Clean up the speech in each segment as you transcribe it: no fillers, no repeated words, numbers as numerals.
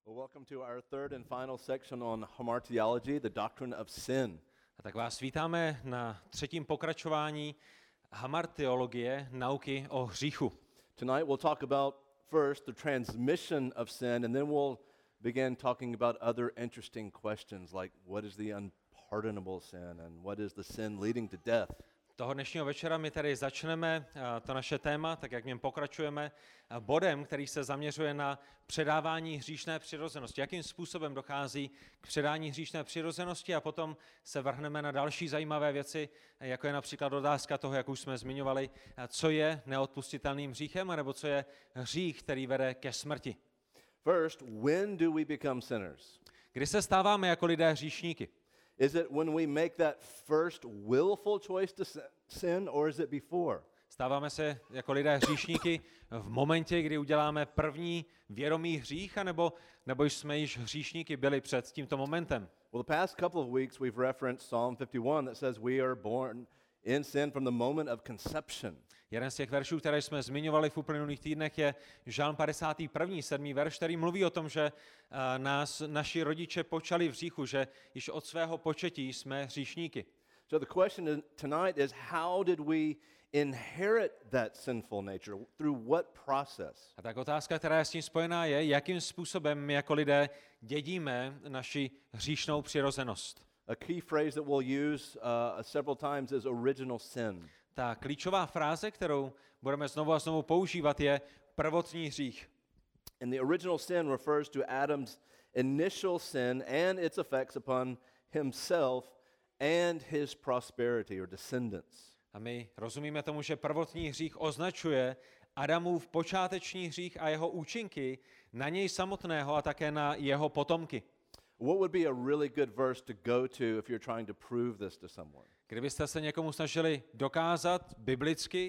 Well, welcome to our third and final section on hamartiology, the doctrine of sin. A tak vás vítáme na třetím pokračování hamartiologie, nauky o hříchu. Tonight we'll talk about first the transmission of sin, and then we'll begin talking about other interesting questions like what is the unpardonable sin and what is the sin leading to death. Toho dnešního večera my tady začneme to naše téma, tak jak v něm pokračujeme, bodem, který se zaměřuje na předávání hříšné přirozenosti. Jakým způsobem dochází k předání hříšné přirozenosti a potom se vrhneme na další zajímavé věci, jako je například otázka toho, jak už jsme zmiňovali, co je neodpustitelným hříchem, anebo co je hřích, který vede ke smrti. First, when do we become sinners? Kdy se stáváme jako lidé hříšníky? Is it when we make that first willful choice to sin, or is it before? Stáváme se jako lidé hříšníky v momentě, kdy uděláme první vědomý hřích, anebo jsme již hříšníky byli před tímto momentem? Well, the past couple of weeks we've referenced Psalm 51 that says we are born in sin from the moment of conception. Jeden z těch veršů, které jsme zmiňovali v uplynulých týdnech, je Žalm 51. 7. verš, který mluví o tom, že naši rodiče počali v hříchu, že již od svého početí jsme hříšníky. So the question tonight is, how did we inherit that sinful nature? Through what process? A tak otázka, která je s tím spojená, je, jakým způsobem my jako lidé dědíme naši hříšnou přirozenost. A key phrase that we'll use several times is original sin. Ta klíčová fráze, kterou budeme znovu a znovu používat, je prvotní hřích. And the original sin refers to Adam's initial sin and its effects upon himself and his prosperity or descendants. A my rozumíme tomu, že prvotní hřích označuje Adamův počáteční hřích a jeho účinky na něj samotného a také na jeho potomky. What would be a really good verse to go to if you're trying to prove this to someone? Kdybyste se někomu snažili dokázat biblicky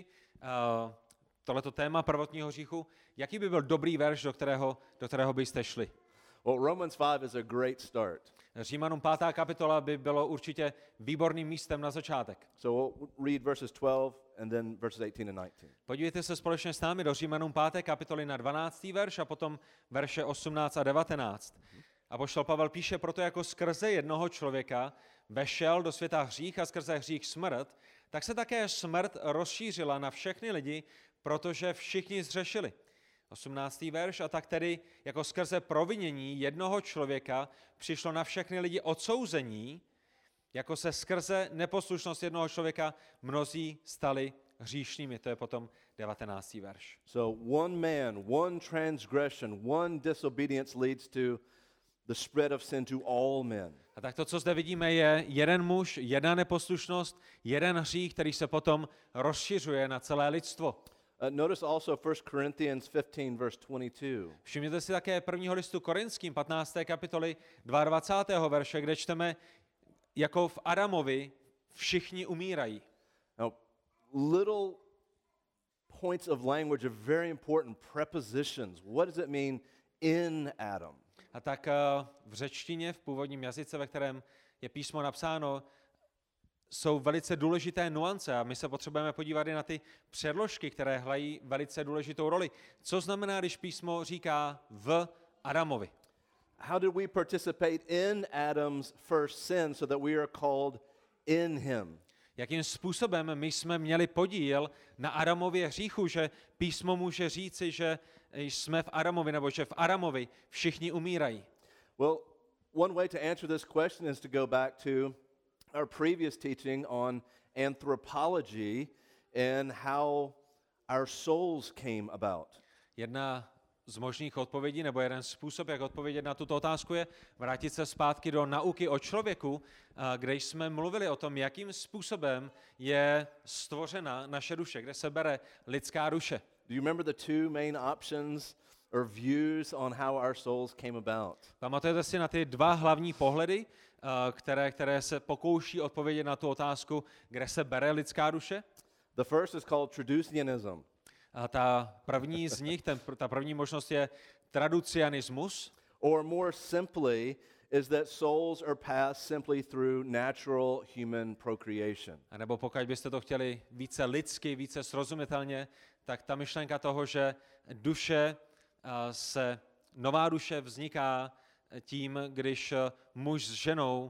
tohleto téma prvotního hříchu, jaký by byl dobrý verš, do kterého byste šli? Well, Romans 5 is a great start. Římanům 5. kapitola by bylo určitě výborným místem na začátek. So we'll read verses 12 and then verses 18 and 19. Podívejte se společně s námi do Římanům 5. kapitoly na 12. verš a potom verše 18 a 19. Apoštol Pavel píše, proto jako skrze jednoho člověka vešel do světa hřích a skrze hřích smrt, tak se také smrt rozšířila na všechny lidi, protože všichni zřešili. 18. verš, a tak tedy jako skrze provinění jednoho člověka přišlo na všechny lidi odsouzení, jako se skrze neposlušnost jednoho člověka mnozí stali hříšnými. To je potom 19. verš. So one man, one transgression, one disobedience leads to the spread of sin to all men. A tak to, co zde vidíme, je jeden muž, jedna neposlušnost, jeden hřích, který se potom rozšiřuje na celé lidstvo. Notice also 1 Corinthians 15 verse 22. Všimněte si také prvního listu Korinským, 15. kapitoly 22. verše, kde čteme, jako v Adamovi všichni umírají. Now, little points of language are very important, prepositions. What does it mean in Adam? A tak v řečtině, v původním jazyce, ve kterém je písmo napsáno, jsou velice důležité nuance a my se potřebujeme podívat i na ty předložky, které hrají velice důležitou roli. Co znamená, když písmo říká v Adamovi? How did we participate in Adam's first sin so that we are called in him? Jakým způsobem my jsme měli podíl na Adamově hříchu, že písmo může říci, že jsme v Adamovi, nebo že v Adamovi všichni umírají? Well, one way to answer this question is to go back to our previous teaching on anthropology and how our souls came about. Jedna z možných odpovědí, nebo jeden způsob, jak odpovědět na tuto otázku, je vrátit se zpátky do nauky o člověku, kde jsme mluvili o tom, jakým způsobem je stvořena naše duše, kde se bere lidská duše. Do you remember the two main options or views on how our souls came about? Pamatujete si na ty dva hlavní pohledy, které se pokouší odpovědět na tu otázku, kde se bere lidská duše? The first is called traducianism. A ta první z nich, ta první možnost je traducianismus. Or more simply, is that souls are passed simply through natural human procreation. A nebo pokud byste to chtěli více lidsky, více srozumitelně, tak ta myšlenka toho, že duše se nová duše vzniká tím, když muž s ženou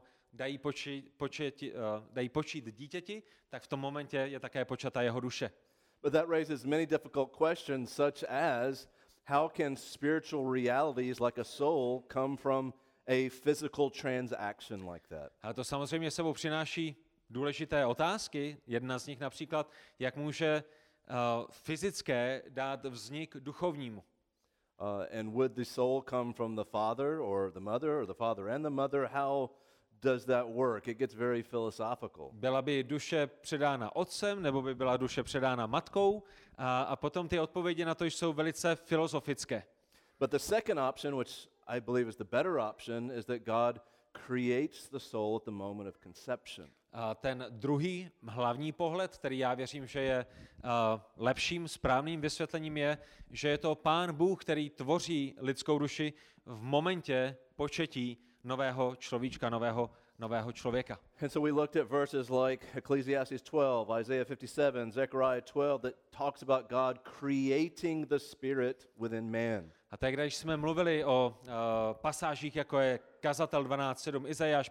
dají počít dítěti, tak v tom momentě je také počata jeho duše. But that raises many difficult questions, such as how can spiritual realities like a soul come from a physical transaction like that? Ale to samozřejmě sebou přináší důležité otázky. Jedna z nich například, jak může fyzické dát vznik duchovnímu. And would the soul come from the father or the father and the mother? How does that work? It gets very philosophical. Byla by duše předána otcem, nebo by byla duše předána matkou? A potom ty odpovědi na to jsou velice filozofické. But the second option, which I believe is the better option, is that God creates the soul at the moment of conception. A ten druhý hlavní pohled, který já věřím, že je lepším, správným vysvětlením, je, že je to Pán Bůh, který tvoří lidskou duši v momentě početí nového človíčka, nového člověka. And so we looked at verses like Ecclesiastes 12, Isaiah 57, Zechariah 12, that talks about God creating the spirit within man. A tak když jsme mluvili o pasážích, jako je Kazatel 12.7, Izajáš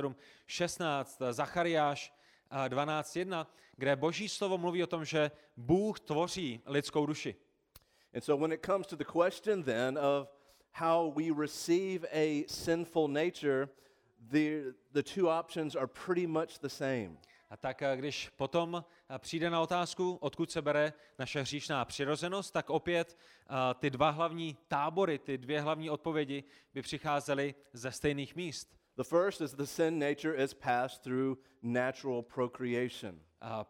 57.16, Zachariáš 12.1, kde Boží slovo mluví o tom, že Bůh tvoří lidskou duši. And so when it comes to the question then of how we receive a sinful nature, the two options are pretty much the same. A tak když potom přijde na otázku, odkud se bere naše hříšná přirozenost, tak opět ty dva hlavní tábory, ty dvě hlavní odpovědi by přicházely ze stejných míst. The first is the sin nature is passed through natural procreation. A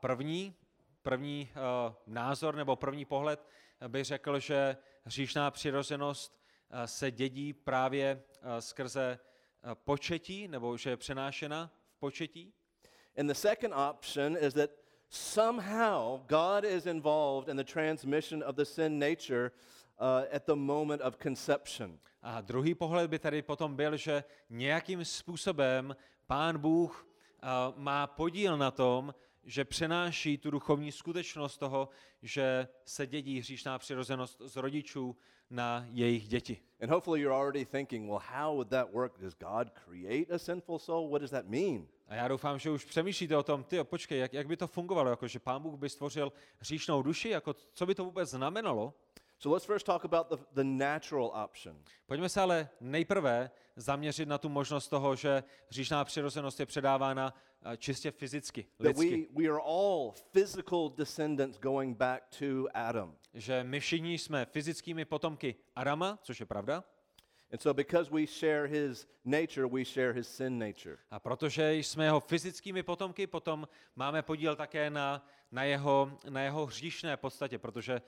první názor nebo první pohled by řekl, že hříšná přirozenost se dědí právě skrze početí, nebo že je přenášena v početí. And the second option is that somehow God is involved in the transmission of the sin nature at the moment of conception. A druhý pohled by tady potom byl, že nějakým způsobem Pán Bůh má podíl na tom, že přenáší tu duchovní skutečnost toho, že se dědí hříšná přirozenost z rodičů na jejich děti. And hopefully you're already thinking, well, how would that work? Does God create a sinful soul? What does that mean? A já doufám, že už přemýšlíte o tom, počkej, jak by to fungovalo, jako že Pán Bůh by stvořil hříšnou duši, jako co by to vůbec znamenalo? So let's first talk about the natural option. Pojďme se ale nejprve zaměřit na tu možnost toho, že hříšná přirozenost je předávána čistě fyzicky, lidsky. That we are all physical descendants going back to Adam. Že my všichni jsme fyzickými potomky Adama, což je pravda. And so because we share his nature, we share his sin nature. A protože jsme jeho fyzickými potomky, potom máme podíl také na jeho hříšné podstatě, protože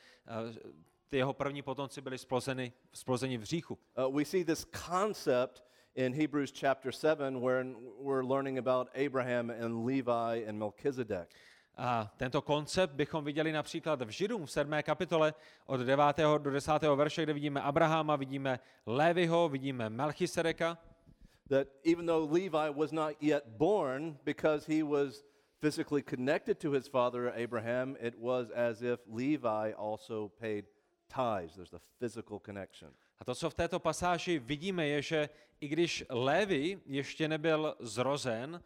ty jeho první potomci byli splozeni v hříchu. We see this concept in Hebrews chapter 7 where we're learning about Abraham and Levi and Melchizedek. A tento koncept bychom viděli například v Židům v 7. kapitole od 9. do 10. verše, kde vidíme Abrahama, vidíme Léviho, vidíme Melchisedeka. That even though Levi was not yet born, because he was physically connected to his father Abraham, it was as if Levi also paid tithes. There's the physical connection. A to, co v této pasáži vidíme, je, že i když Lévi ještě nebyl zrozen,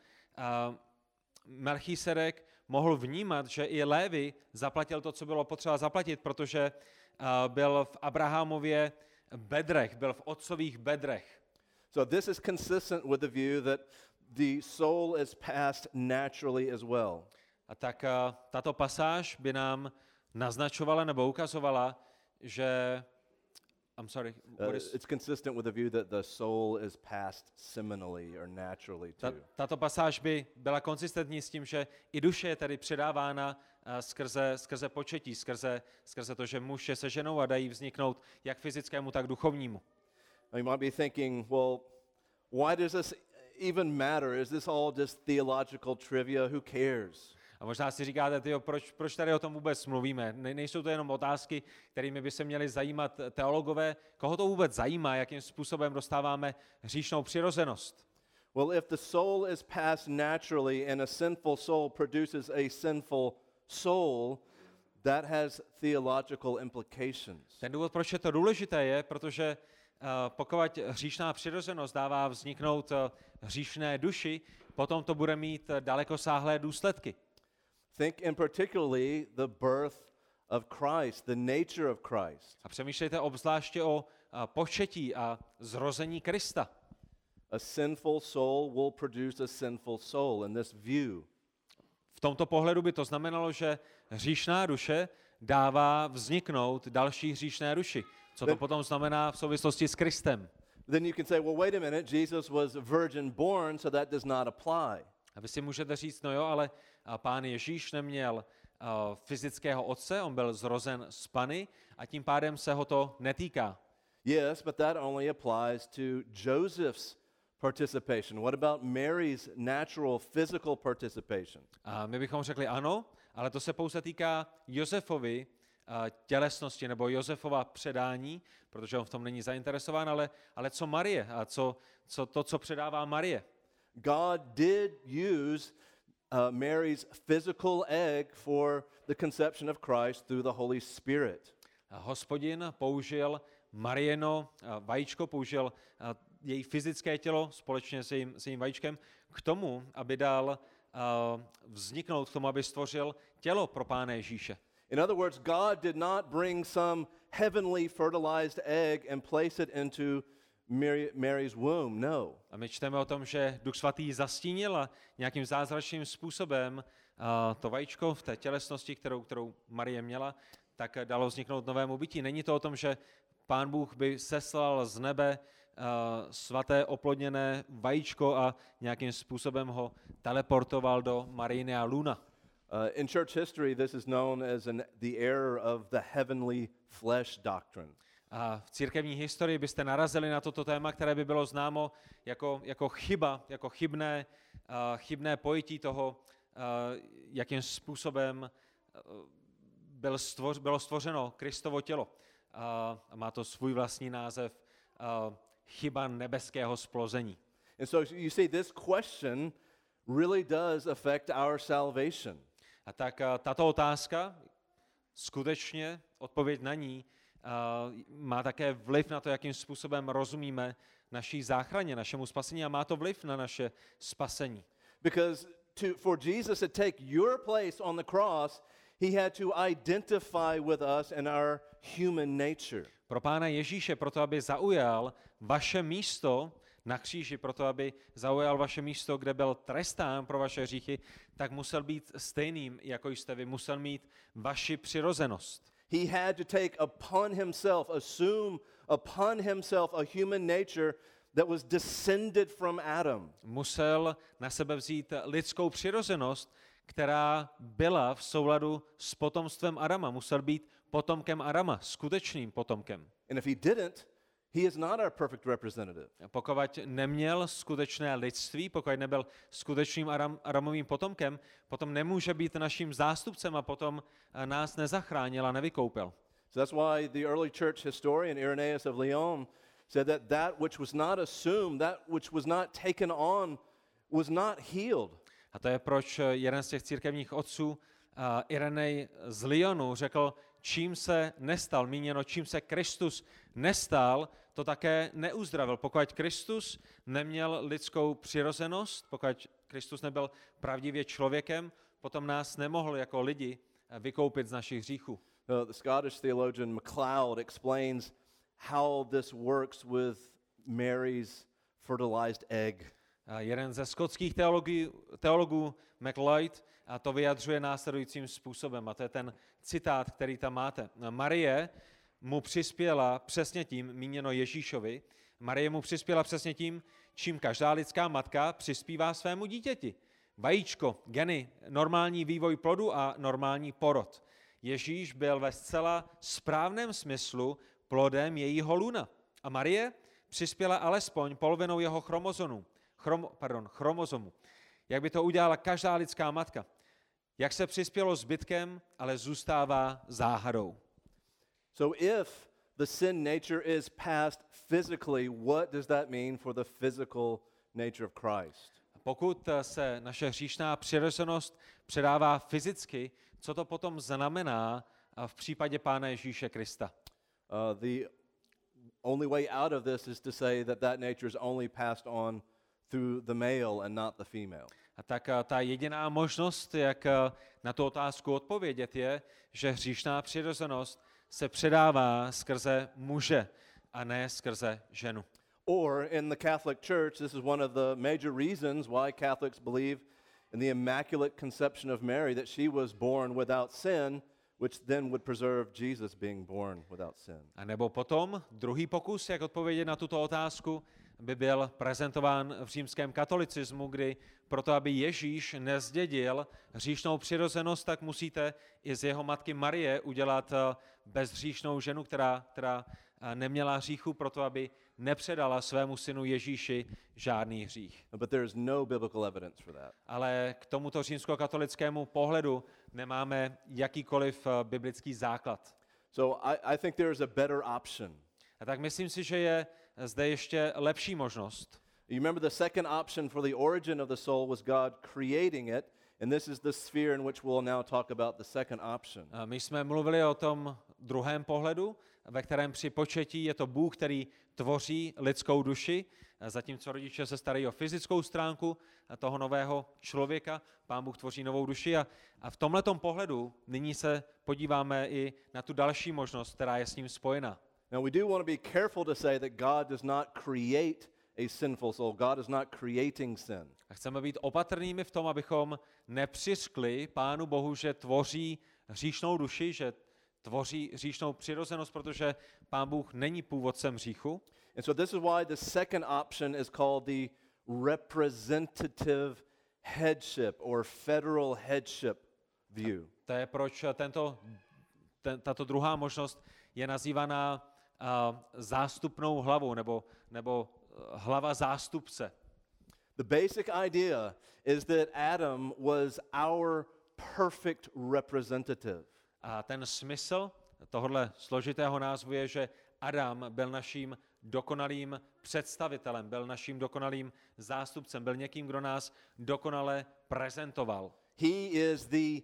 Melchisedek mohl vnímat, že i Lévi zaplatil to, co bylo potřeba zaplatit, protože byl v Abrahamově bedrech, byl v otcových bedrech. So this is consistent with the view that the soul is passed naturally as well. A tak tato pasáž by nám naznačovala nebo ukazovala, že It's consistent with the view that the soul is passed seminally or naturally too. Tato pasáž by byla konzistentní s tím, že i duše je tedy předávána skrze početí, skrze to, že muž je se ženou a dají vzniknout jak fyzickému, tak duchovnímu. You might be thinking, well, why does this even matter? Is this all just theological trivia? Who cares? A možná si říkáte, proč tady o tom vůbec mluvíme? Nejsou to jenom otázky, kterými by se měli zajímat teologové. Koho to vůbec zajímá, jakým způsobem dostáváme hříšnou přirozenost? Well, if the soul is passed naturally and a sinful soul produces a sinful soul, that has theological implications. Ten důvod, proč je to důležité, je, protože pokud hříšná přirozenost dává vzniknout hříšné duši, potom to bude mít dalekosáhlé důsledky. Think in particularly the birth of Christ, the nature of Christ. A přemýšlejte obzvláště o početí a zrození Krista. A sinful soul will produce a sinful soul in this view. V tomto pohledu by to znamenalo, že hříšná duše dává vzniknout další hříšné duši. Co to potom znamená v souvislosti s Kristem? Then you can say, well, wait a minute, Jesus was virgin born, so that does not apply. A vy si můžete říct, no jo, ale pán Ježíš neměl fyzického otce, on byl zrozen z Panny a tím pádem se ho to netýká. Yes, but that only applies to Joseph's participation. What about Mary's natural physical participation? A my bychom řekli ano, ale to se pouze týká Josefovy tělesnosti nebo Josefova předání, protože on v tom není zainteresován, ale co Marie a co předává Marie? God did use Mary's physical egg for the conception of Christ through the Holy Spirit. A Hospodin použil Marieno vajíčko, použil její fyzické tělo společně s jejím vajíčkem k tomu, aby dal vzniknout, k tomu, aby stvořil tělo pro Pána Ježíše. In other words, God did not bring some heavenly fertilized egg and place it into Mary's womb. No. A my čteme o tom, že Duch Svatý zastínil a nějakým zázračným způsobem to vajíčko v té tělesnosti, kterou Marie měla, tak dalo vzniknout novému bytí. Není to o tom, že Pán Bůh by seslal z nebe svaté oplodněné vajíčko a nějakým způsobem ho teleportoval do Mariina Luna. In church history, this is known as the error of the heavenly flesh doctrine. A v církevní historii byste narazili na toto téma, které by bylo známo jako chyba, jako chybné pojetí toho, jakým způsobem bylo stvořeno Kristovo tělo. A má to svůj vlastní název chyba nebeského splození. And so you see, this question really does affect our salvation. A tak tato otázka, skutečně odpověď na ní, má také vliv na to, jakým způsobem rozumíme naší záchraně, našemu spasení a má to vliv na naše spasení. Because for Jesus to take your place on the cross, he had to identify with us and our human nature. Pro Pána Ježíše, proto aby zaujal vaše místo na kříži, proto aby zaujal vaše místo, kde byl trestán pro vaše hříchy, tak musel být stejným, jako jste vy, musel mít vaši přirozenost. He had to take upon himself, assume upon himself a human nature that was descended from Adam. Musel na sebe vzít lidskou přirozenost, která byla v souladu s potomstvem Adama. Musel být potomkem Adama, skutečným potomkem. And if he didn't, he is not our perfect representative. Pokud neměl skutečné lidství, pokud nebyl skutečným Adamovým potomkem, potom nemůže být naším zástupcem a potom nás nezachránil a nevykoupil. So that's why the early church historian Irenaeus of Lyon said that which was not assumed, that which was not taken on, was not healed. A to je proč jeden z těch církevních otců, Irenej z Lyonu, řekl, čím se nestal, míněno, čím se Kristus nestal, to také neuzdravil. Pokud Kristus neměl lidskou přirozenost, pokud Kristus nebyl pravdivě člověkem, potom nás nemohl jako lidi vykoupit z našich hříchů. The Scottish theologian MacLeod explains how this works with Mary's fertilized egg. Jeden ze skotských teologů MacLeod to vyjadřuje následujícím způsobem, a to je ten citát, který tam máte. Marie mu přispěla přesně tím, míněno Ježíšovi, Marie mu přispěla přesně tím, čím každá lidská matka přispívá svému dítěti. Vajíčko, geny, normální vývoj plodu a normální porod. Ježíš byl ve zcela správném smyslu plodem jejího luna. A Marie přispěla alespoň polovinou jeho chromozomu. Jak by to udělala každá lidská matka. Jak se přispělo zbytkem, ale zůstává záhadou. So if the sin nature is passed physically, what does that mean for the physical nature of Christ? Pokud se naše hříšná přirozenost předává fyzicky, co to potom znamená v případě Pána Ježíše Krista? only way out of this is to say that that nature is only passed on through the male and not the female. A tak ta jediná možnost, jak na tu otázku odpovědět, je, že hříšná přirozenost se předává skrze muže a ne skrze ženu. Or in the Catholic Church, this is one of the major reasons why Catholics believe in the Immaculate Conception of Mary, that she was born without sin, which then would preserve Jesus being born without sin. A nebo potom druhý pokus, jak odpovědět na tuto otázku, by byl prezentován v římském katolicismu, kdy proto, aby Ježíš nezdědil hříšnou přirozenost, tak musíte i z jeho matky Marie udělat bezhříšnou ženu, která neměla hříchu, proto aby nepředala svému synu Ježíši žádný hřích. But there is no biblical evidence for that. Ale k tomuto římskokatolickému pohledu nemáme jakýkoliv biblický základ. So I think there is a better option. A tak myslím si, že je zde ještě lepší možnost. You remember the second option for the origin of the soul was God creating it, and this is the sphere in which we'll now talk about the second option. My jsme mluvili o tom druhém pohledu, ve kterém při početí je to Bůh, který tvoří lidskou duši, zatímco rodiče se starají o fyzickou stránku toho nového člověka, Pán Bůh tvoří novou duši a v tomhletom pohledu nyní se podíváme i na tu další možnost, která je s ním spojena. Now we do want to be careful to say that God does not create a sinful soul. God is not creating sin. A chceme být opatrnými v tom, abychom nepřiřkli Pánu Bohu, že tvoří hříšnou duši, že tvoří hříšnou přirozenost, protože Pán Bůh není původcem hříchu. And so this is why the second option is called the representative headship or federal headship view. To je proč tato druhá možnost je nazývaná zástupnou hlavou nebo hlava zástupce. The basic idea is that Adam was our perfect representative. A ten smysl tohohle složitého názvu je, že Adam byl naším dokonalým představitelem, byl naším dokonalým zástupcem, byl někým, kdo nás dokonale prezentoval. He is the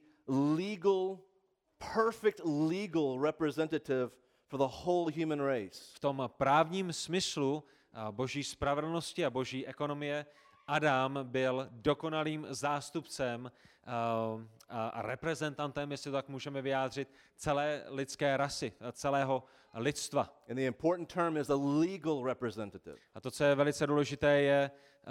perfect legal representative for the whole human race. V tom právním smyslu boží spravedlnosti a boží ekonomie Adam byl dokonalým zástupcem a reprezentantem, jestli to tak můžeme vyjádřit, celé lidské rasy, celého lidstva. And the important term is a legal representative. A to, co je velice důležité, je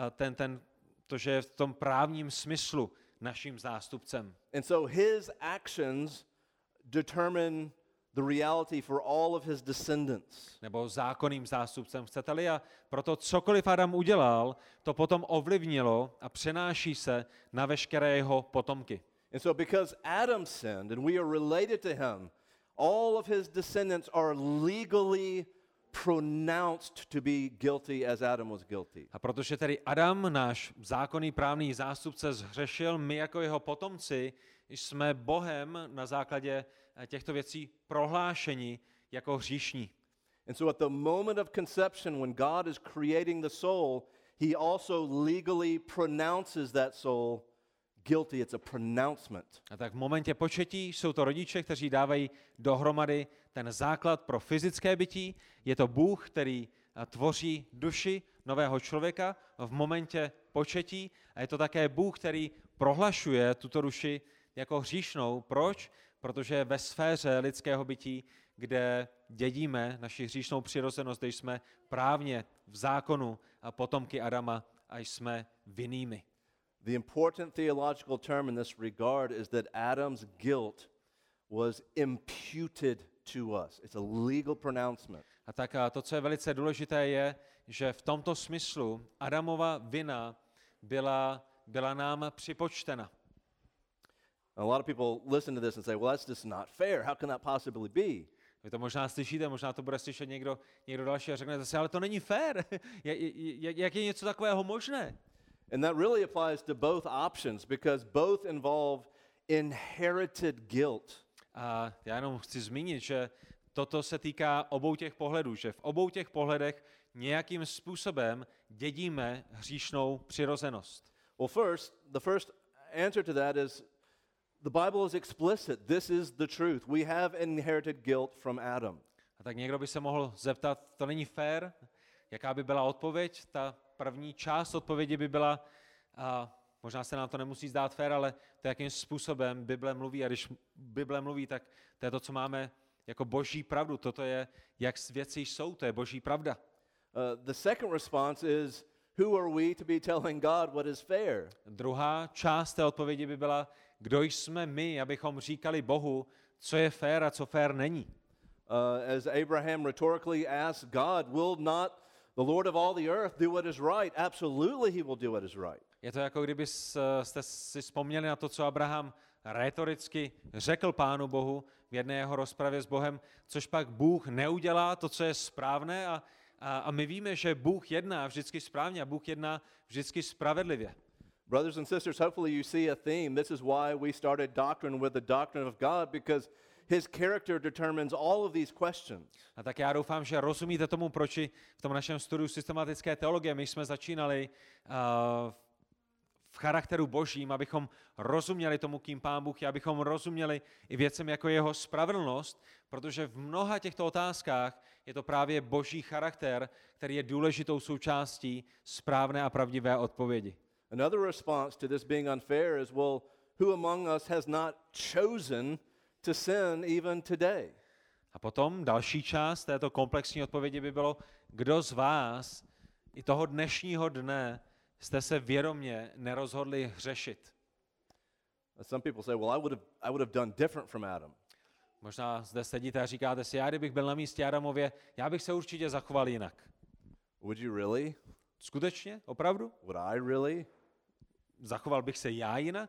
to, že je v tom právním smyslu naším zástupcem. And so his actions determine the reality for all of his descendants. Nebo zákonným zástupcem, chcete-li, a proto cokoliv Adam udělal, to potom ovlivnilo a přenáší se na veškeré jeho potomky. And so because Adam sinned and we are related to him, all of his descendants are legally pronounced to be guilty as Adam was guilty. A protože tedy Adam, náš zákonný právní zástupce, zhřešil, my jako jeho potomci jsme Bohem na základě těchto věcí prohlášeni jako hříšní. And so at the moment of conception, when God is creating the soul, he also legally pronounces that soul guilty. It's a pronouncement. A tak v momentě početí jsou to rodiče, kteří dávají dohromady ten základ pro fyzické bytí. Je to Bůh, který tvoří duši nového člověka v momentě početí a je to také Bůh, který prohlašuje tuto duši jako hříšnou. Proč? Protože ve sféře lidského bytí, kde dědíme naši hříšnou přirozenost, kde jsme právně v zákonu a potomky Adama a jsme vinnými. The important theological term in this regard is that Adam's guilt was imputed to us. It's a legal pronouncement. A tak to, co je velice důležité, je, že v tomto smyslu Adamova vina byla nám připočtena. A lot of people listen to this and say, well, that's just not fair. How can that possibly be? Vy to možná slyšíte, možná to bude slyšet někdo další a řekne zase, ale to není fér. Jak je něco takového možné? And that really applies to both options because both involve inherited guilt. A já jenom chci zmínit, že toto se týká obou těch pohledů, že v obou těch pohledech nějakým způsobem dědíme hříšnou přirozenost. Well, the first answer to that is the Bible is explicit. This is the truth. We have inherited guilt from Adam. A tak někdo by se mohl zeptat, to není fér? Jaká by byla odpověď? Ta první část odpovědi by byla, a možná se nám to nemusí zdát fér, ale to, jakým způsobem Bible mluví. A když Bible mluví, tak to je to, co máme jako boží pravdu. Toto je, jak věci jsou, to je boží pravda. The second response is, who are we to be telling God what is fair? Druhá část té odpovědi by byla, kdo jsme my, abychom říkali Bohu, co je fér a co fér není. As Abraham rhetorically asked God, will not the Lord of all the earth do what is right? Absolutely he will do what is right. Je to jako kdyby jste si vzpomněli na to, co Abraham rétoricky řekl Pánu Bohu v jedné jeho rozpravě s Bohem, což pak Bůh neudělá to, co je správné a my víme, že Bůh jedná vždycky správně a Bůh jedná vždycky spravedlivě. Brothers and sisters, hopefully you see a theme. This is why we started doctrine with the doctrine of God, because his character determines all of these questions. A tak já doufám, že rozumíte tomu, proč v tom našem studiu systematické teologie my jsme začínali v charakteru božím, abychom rozuměli tomu, kým Pán Bůh je, abychom rozuměli i věcem jako jeho spravedlnost, protože v mnoha těchto otázkách je to právě boží charakter, který je důležitou součástí správné a pravdivé odpovědi. Another response to this being unfair is, well, who among us has not chosen to sin even today? A potom další část této komplexní odpovědi by bylo, kdo z vás i toho dnešního dne jste se vědomě nerozhodli hřešit. Some people say, well, I would have done different from Adam. Možná zde sedíte a říkáte si, já kdybych byl na místě Adamově, já bych se určitě zachoval jinak. Would you really? Skutečně? Opravdu? Would I really? Zachoval bych se já jinak?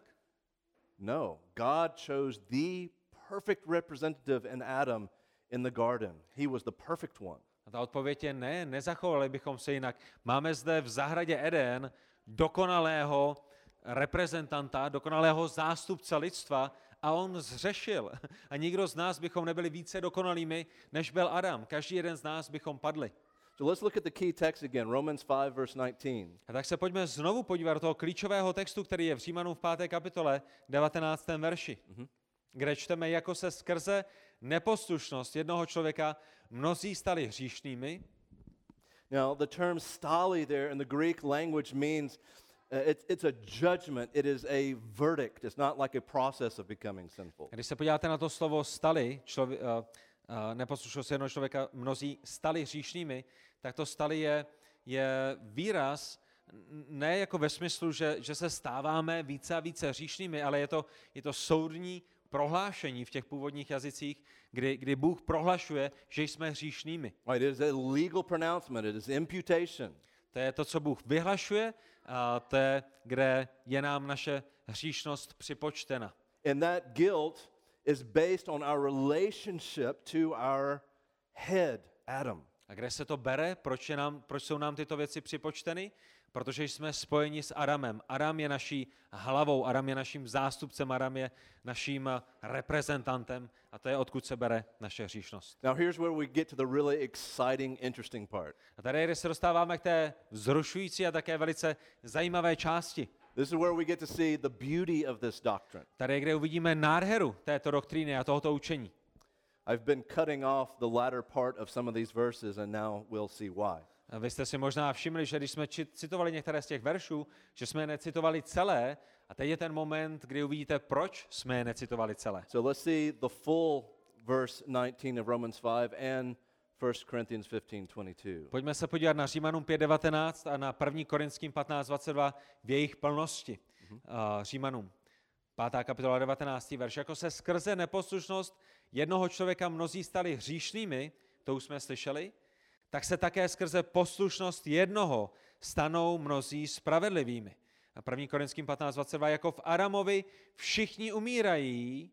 No. God chose the perfect representative in Adam in the garden. He was the perfect one. A ta odpověď je ne, nezachovali bychom se jinak. Máme zde v zahradě Eden dokonalého reprezentanta, dokonalého zástupce lidstva a on zřešil. A nikdo z nás bychom nebyli více dokonalými, než byl Adam. Každý jeden z nás bychom padli. So let's look at the key text again, Romans 5, verse 19. A tak se pojďme znovu podívat do toho klíčového textu, který je v Římanům v 5. kapitole, 19. verši, kde čteme, jako se skrze neposlušnost jednoho člověka mnozí stali hříšnými. Now, the term stali there in the Greek language means it's a judgment. It is a verdict. It's not like a process of becoming sinful. Když se podíváte na to slovo stali, neposlušnost jednoho člověka mnozí stali hříšnými, tak to stali je výraz, ne jako ve smyslu, že se stáváme více a více hříšnými, ale je to soudní prohlášení v těch původních jazycích, kdy Bůh prohlašuje, že jsme hříšnými. Right, it is a legal pronouncement. It is imputation. To je to, co Bůh vyhlašuje, a to je, kde je nám naše hříšnost připočtena. And that guilt is based on our relationship to our head, Adam. A kde se to bere? Proč jsou nám tyto věci připočteny? Protože jsme spojeni s Adamem. Adam je naší hlavou, Adam je naším zástupcem, Adam je naším reprezentantem a to je, odkud se bere naše hříšnost. Now here's where we get to the really exciting, interesting part. A tady, kde se dostáváme k té vzrušující a také velice zajímavé části. This is where we get to see the beauty of this doctrine. Tady, kde uvidíme nádheru této doktríny a tohoto učení. I've been cutting off the latter part of some of these verses and now we'll see why. A vy jste si možná všimli, že když jsme citovali některé z těch veršů, že jsme je necitovali celé a teď je ten moment, kdy uvidíte, proč jsme je necitovali celé. So let's see the full verse 19 of Romans 5 and 1 Corinthians 15:22. Pojďme se podívat na Římanům 5:19 a na 1. Korinským 15:22 v jejich plnosti. Římanům 5. kapitola 19. verš. Jako se skrze neposlušnost jednoho člověka mnozí stali hříšnými, to už jsme slyšeli, tak se také skrze poslušnost jednoho stanou mnozí spravedlivými. A 1. Korinským 15:22, jako v Adamovi všichni umírají,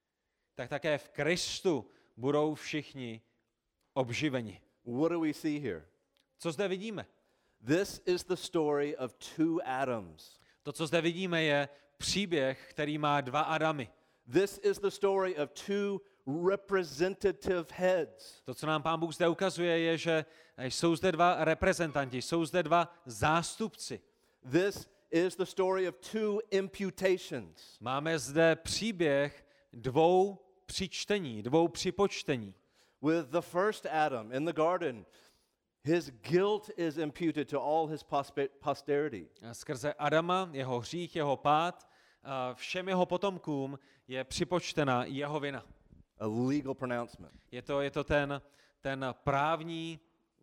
tak také v Kristu budou všichni obživeni. What do we see here? Co zde vidíme? This is the story of two Adams. To, co zde vidíme, je příběh, který má dva Adamy. This is the story of two representative heads. To, co nám Pán Bůh zde ukazuje, je, že jsou zde dva reprezentanti, jsou zde dva zástupci. This is the story of two imputations. Máme zde příběh dvou přičtení, dvou připočtení. With the first Adam in the garden, his guilt is imputed to all his posterity. A skrze Adama, jeho hřích, jeho pád, všem jeho potomkům je připočtena jeho vina. A legal pronouncement. Je to ten právní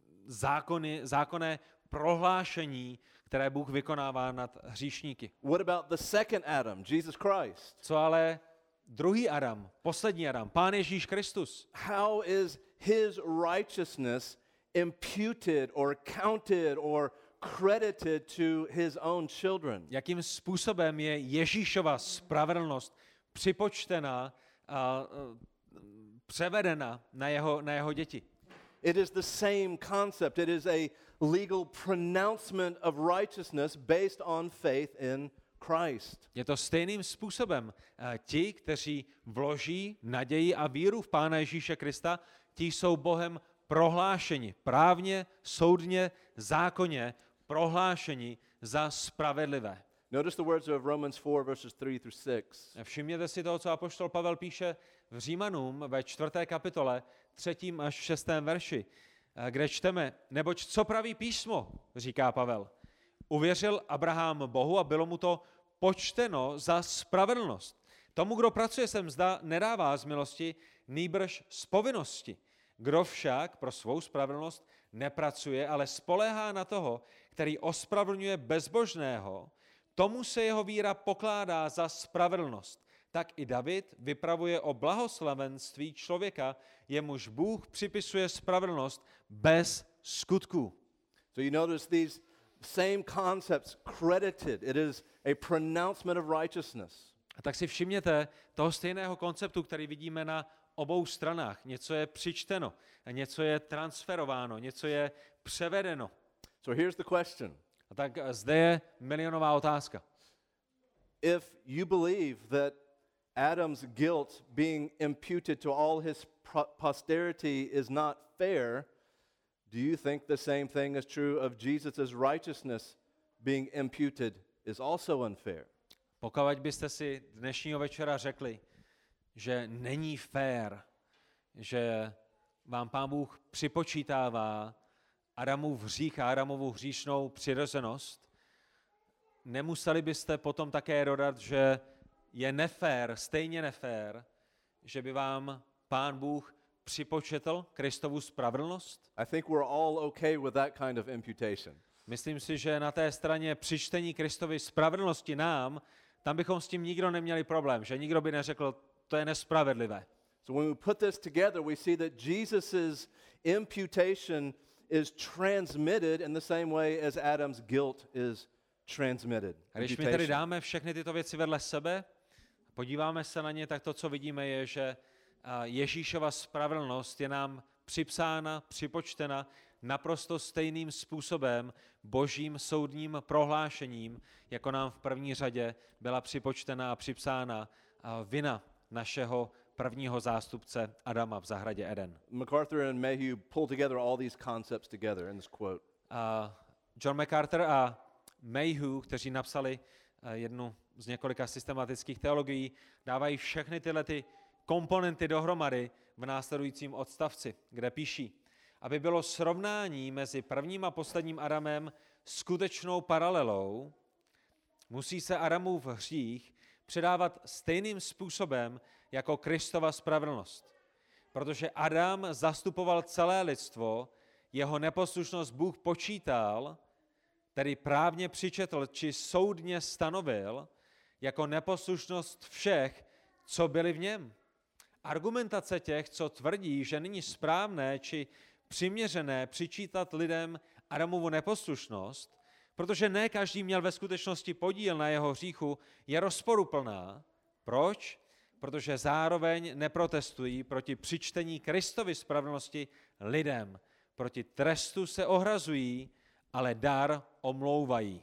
zákonné prohlášení, které Bůh vykonává nad hříšníky. What about the second Adam, Jesus Christ? Co ale druhý Adam, poslední Adam, Pán Ježíš Kristus? How is his righteousness imputed or counted or credited to his own children? Jakým způsobem je Ježíšova spravedlnost připočtena a převedena na jeho děti? It is the same concept. It is a legal pronouncement of righteousness based on faith in Christ. Je to stejným způsobem. Ti, kteří vloží naději a víru v Pána Ježíše Krista, ti jsou Bohem prohlášeni, právně, soudně, zákonně prohlášeni za spravedlivé. Notice the words of Romans 4 verses 3 through 6. Všimněte si toho, co apoštol Pavel píše v Římanům ve 4. kapitole, 3. až 6. verši, kde čteme, neboť co praví písmo, říká Pavel. Uvěřil Abraham Bohu a bylo mu to počteno za spravedlnost. Tomu, kdo pracuje, se mzda nedává z milosti, nýbrž z povinnosti. Kdo však pro svou spravedlnost nepracuje, ale spoléhá na toho, který ospravedlňuje bezbožného, tomu se jeho víra pokládá za spravedlnost. Tak i David vypravuje o blahoslavenství člověka, jemuž Bůh připisuje spravedlnost bez skutků. So you notice these same concepts credited. It is a pronouncement of righteousness. A tak si všimněte toho stejného konceptu, který vidíme na obou stranách. Něco je přičteno, něco je transferováno, něco je převedeno. So here's the question. A tak zde je milionová otázka. If you believe that Adam's guilt being imputed to all his posterity is not fair, do you think the same thing is true of Jesus' righteousness being imputed is also unfair? Pokud byste si dnešního večera řekli, že není fair, že vám Pán Bůh připočítává Adamův hřích a Adamovu hříšnou přirozenost, nemuseli byste potom také dodat, že je nefér, stejně nefér, že by vám Pán Bůh připočetl Kristovu spravedlnost? I think we're all okay with that kind of imputation. Myslím si, že na té straně přičtení Kristovy spravedlnosti nám, tam bychom s tím nikdo neměli problém, že nikdo by neřekl, to je nespravedlivé. So when we put this together, we see that Jesus' imputation is transmitted in the same way as Adam's guilt is transmitted. A když my tedy dáme všechny tyto věci vedle sebe, podíváme se na ně, tak to, co vidíme, je, že Ježíšova spravedlnost je nám připsána, připočtena naprosto stejným způsobem božím soudním prohlášením, jako nám v první řadě byla připočtena a připsána vina našeho prvního zástupce Adama v zahradě Eden. MacArthur and Mayhew pull together all these concepts together in this quote. John MacArthur a Mayhew, kteří napsali jednu z několika systematických teologií, dávají všechny tyhle ty komponenty dohromady v následujícím odstavci, kde píší, aby bylo srovnání mezi prvním a posledním Adamem skutečnou paralelou, musí se Adamův hřích předávat stejným způsobem jako Kristova spravedlnost. Protože Adam zastupoval celé lidstvo, jeho neposlušnost Bůh počítal, tedy právně přičetl či soudně stanovil jako neposlušnost všech, co byli v něm. Argumentace těch, co tvrdí, že není správné či přiměřené přičítat lidem Adamovu neposlušnost, protože ne každý měl ve skutečnosti podíl na jeho hříchu, je rozporuplná. Proč? Protože zároveň neprotestují proti přičtení Kristovy spravedlnosti lidem. Proti trestu se ohrazují, ale dar omlouvají.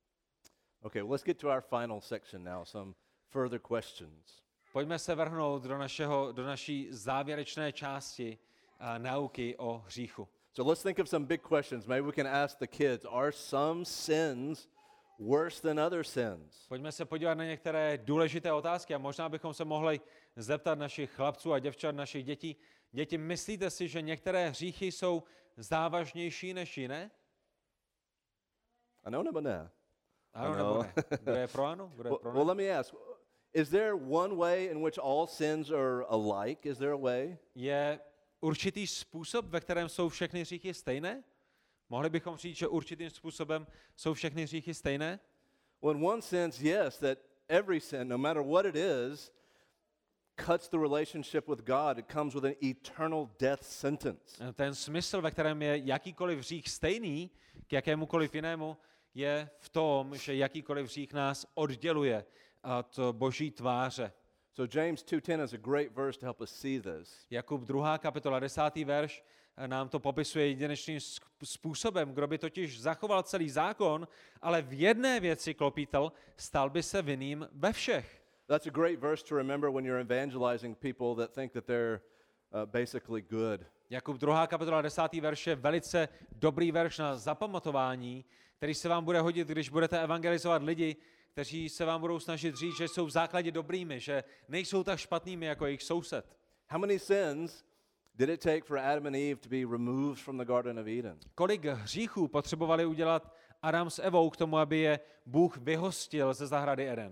Okay, well, let's get to our final section now, some further questions. Pojďme se vrhnout do naší závěrečné části nauky o hříchu. So let's think of some big questions. Maybe we can ask the kids, are some sins worse than other sins? Pojďme se podívat na některé důležité otázky a možná bychom se mohli zeptat našich chlapců a děvčat, našich dětí, Děti, myslíte si, že některé hříchy jsou závažnější než jiné? Ano nebo ne? Ano Ano. nebo ne? Kdo je pro ano? Kdo je pro Well, ne? let me ask, is there one way in which all sins are alike? Is there a way? Je určitý způsob, ve kterém jsou všechny hříchy stejné? Mohli bychom říct, že určitým způsobem jsou všechny hříchy stejné? Well, in one sense, yes, that every sin, no matter what it is, cuts the relationship with God. It comes with an eternal death sentence. Ten smysl, ve kterém je jakýkoliv hřích stejný k jakémukoliv jinému, je v tom, že jakýkoliv hřích nás odděluje od Boží tváře. So James 2:10 is a great verse to help us see this. Jakub 2. kapitola 10. verš nám to popisuje jedinečným způsobem. Kdo by totiž zachoval celý zákon, ale v jedné věci klopítl, stal by se vinným ve všech. That's a great verse to remember when you're evangelizing people that think that they're basically good. Jakub 2. kapitola 10. verš je velice dobrý verš na zapamatování, který se vám bude hodit, když budete evangelizovat lidi, kteří se vám budou snažit říct, že jsou v základě dobrými, že nejsou tak špatnými jako jejich soused. How many sins did it take for Adam and Eve to be removed from the Garden of Eden? Kolik hříchů potřebovali udělat Adam s Evou k tomu, aby je Bůh vyhostil ze zahrady Eden?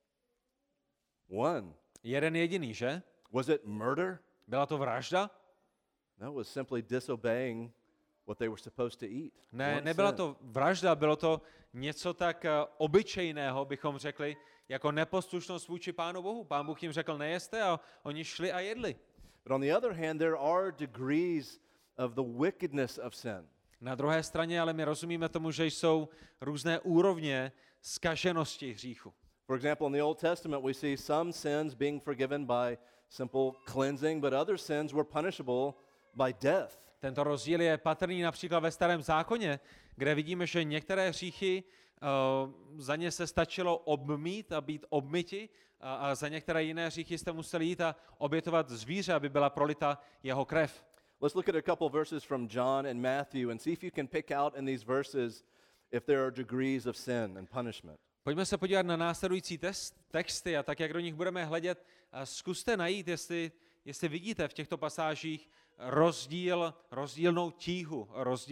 One. Jeden jediný, že? Was it murder? Byla to vražda? No, it was simply disobeying what they were supposed to eat. Ne, One nebyla sin. to vražda, bylo to něco tak obyčejného, bychom řekli, jako neposlušnost vůči Pánu Bohu. Pán Bůh jim řekl, nejeste, a oni šli a jedli. But on the other hand, there are degrees of the wickedness of sin. Na druhé straně ale my rozumíme tomu, že jsou různé úrovně zkaženosti hříchu. For example, in the Old Testament, we see some sins being forgiven by simple cleansing, but other sins were punishable by death. Tento rozdíl je patrný například ve Starém zákoně, kde vidíme, že některé hříchy za ně se stačilo obmít a být obmyti a za některé jiné hříchy jste museli jít a obětovat zvíře, aby byla prolita jeho krev. Let's look at a couple verses from John and Matthew and see if you can pick out in these verses if there are degrees of sin and punishment. Pojďme se podívat na následující texty a tak, jak do nich budeme hledět, zkuste najít, jestli vidíte v těchto pasážích rozdílnou tíhu,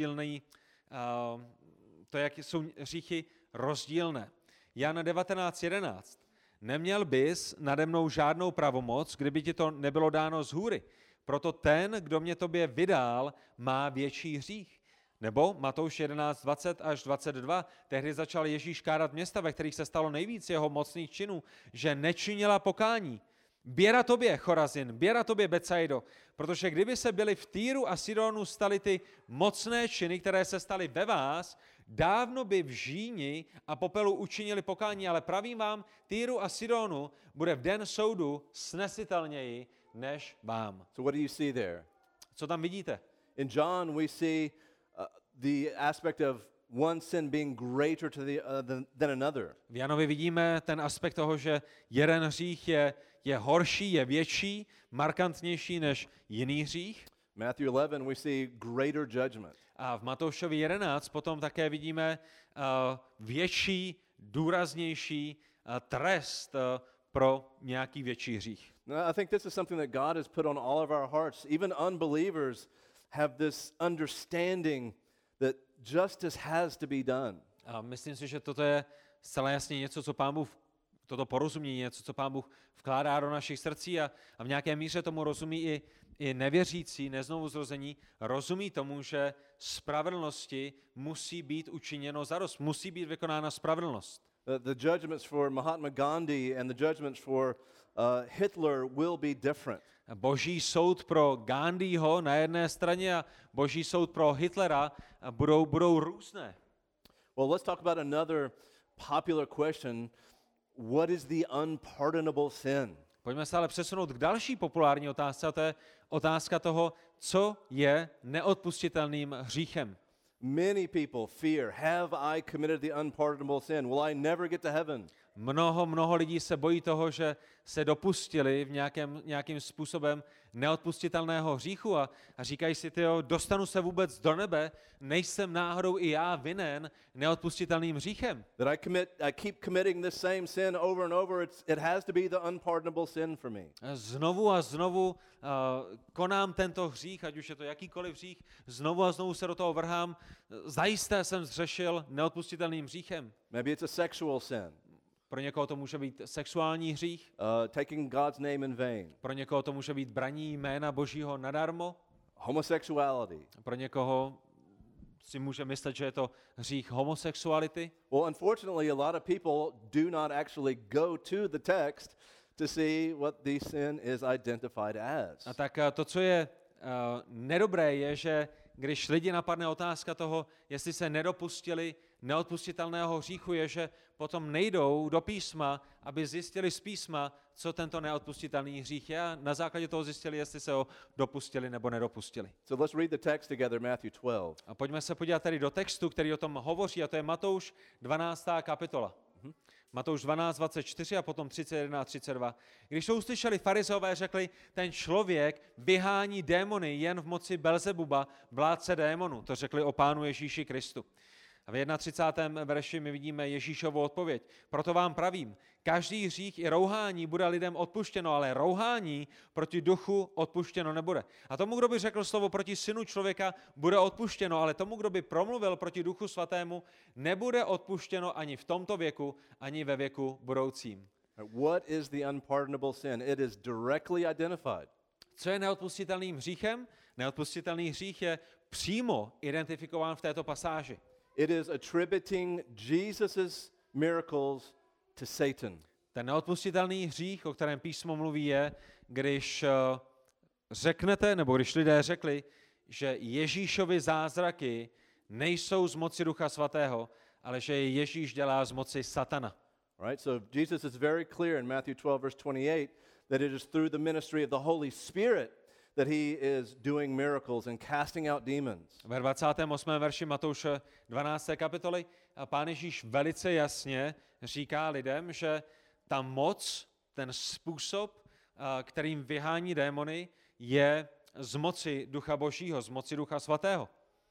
to, jak jsou hříchy rozdílné. Jan 19:11. Neměl bys nade mnou žádnou pravomoc, kdyby ti to nebylo dáno z hůry. Proto ten, kdo mě tobě vydal, má větší hřích. Nebo Matouš 11:20 až 22. Tehdy začal Ježíš kárat města, ve kterých se stalo nejvíc jeho mocných činů, že nečinila pokání. Běra tobě, Chorazin, běra tobě, Betsaido, protože kdyby se byli v Týru a Sidonu staly ty mocné činy, které se staly ve vás, dávno by v žíni a popelu učinili pokání, ale pravím vám, Týru a Sidonu bude v den soudu snesitelněji než vám. So what do you see there? Co tam vidíte? In John, we see the aspect of one sin being greater than another. V Janovi vidíme ten aspekt toho, že jeden hřích je horší, je větší, markantnější než jiný hřích. Matthew 11, we see greater judgment. A v Matoušovi 11 potom také vidíme větší, důraznější trest pro nějaký větší hřích. Now, I think this is something that God has put on all of our hearts. Even unbelievers have this understanding that justice has to be done. A myslím si, že toto je zcela jasně něco, co Pán Bůh, toto porozumění, něco, co Pán Bůh vkládá do našich srdcí a v nějaké míře tomu rozumí i nevěřící, neznovuzrození, rozumí tomu, že spravedlnosti musí být učiněno zadost, musí být vykonána spravedlnost. The judgments for Mahatma Gandhi and the judgments for Hitler will be different. Boží soud pro Gandhiho na jedné straně a Boží soud pro Hitlera budou různé. Well, let's talk about another popular question. What is the unpardonable sin? Pojďme se ale přesunout k další populární otázce, a to je otázka toho, co je neodpustitelným hříchem. Many people fear, have I committed the unpardonable sin? Will I never get to heaven? Mnoho lidí se bojí toho, že se dopustili v nějakým způsobem neodpustitelného hříchu a říkají si, tyjo, dostanu se vůbec do nebe, nejsem náhodou i já vinen neodpustitelným hříchem. That I keep committing the same sin over and over. It has to be the unpardonable sin for me. Znovu a znovu konám tento hřích, ať už je to jakýkoliv hřích, znovu a znovu se do toho vrhám. Zajisté jsem zřešil neodpustitelným hříchem. Maybe it's a sexual sin. Pro někoho to může být sexuální hřích, Taking God's name in vain. pro někoho to může být braní jména Božího nadarmo, Homosexuality. pro někoho si může myslet, že je to hřích homosexuality. Well, unfortunately, a lot of people do not actually go to the text to see what the sin is identified as. A tak to, co je nedobré, je, že když lidi napadne otázka toho, jestli se nedopustili neodpustitelného hříchu, je, že potom nejdou do písma, aby zjistili z písma, co tento neodpustitelný hřích je, a na základě toho zjistili, jestli se ho dopustili nebo nedopustili. So let's read the text together, Matthew 12. A pojďme se podívat tedy do textu, který o tom hovoří, a to je Matouš 12. kapitola. Matouš 12, 24 a potom 31 a 32. Když to uslyšeli farizeové, řekli, ten člověk vyhání démony jen v moci Belzebuba, vládce démonů. To řekli o Pánu Ježíši Kristu. A v 31. verši my vidíme Ježíšovu odpověď. Proto vám pravím, každý hřích i rouhání bude lidem odpuštěno, ale rouhání proti duchu odpuštěno nebude. A tomu, kdo by řekl slovo proti synu člověka, bude odpuštěno, ale tomu, kdo by promluvil proti duchu svatému, nebude odpuštěno ani v tomto věku, ani ve věku budoucím. What is the unpardonable sin? It is directly identified. Co je neodpustitelným hříchem? Neodpustitelný hřích je přímo identifikován v této pasáži. It is attributing Jesus' miracles to Satan. Ten neodpustitelný hřích, o kterém písmo mluví, je, když řeknete, nebo když lidé řekli, že Ježíšovy zázraky nejsou z moci Ducha Svatého, ale že je Ježíš dělá z moci Satana. Right? So Jesus is very clear in Matthew 12, verse 28, that it is through the ministry of the Holy Spirit that he is doing miracles and casting out demons. Ve 28. verši Matouše 12. kapitoly Pán Ježíš velice jasně říká lidem, že ta moc, ten způsob, kterým vyhání démony, je z moci Ducha Božího, z moci Ducha Svatého.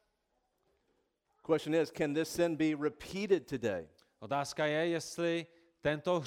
Question is, can this sin be repeated today? Otázka je, jestli tento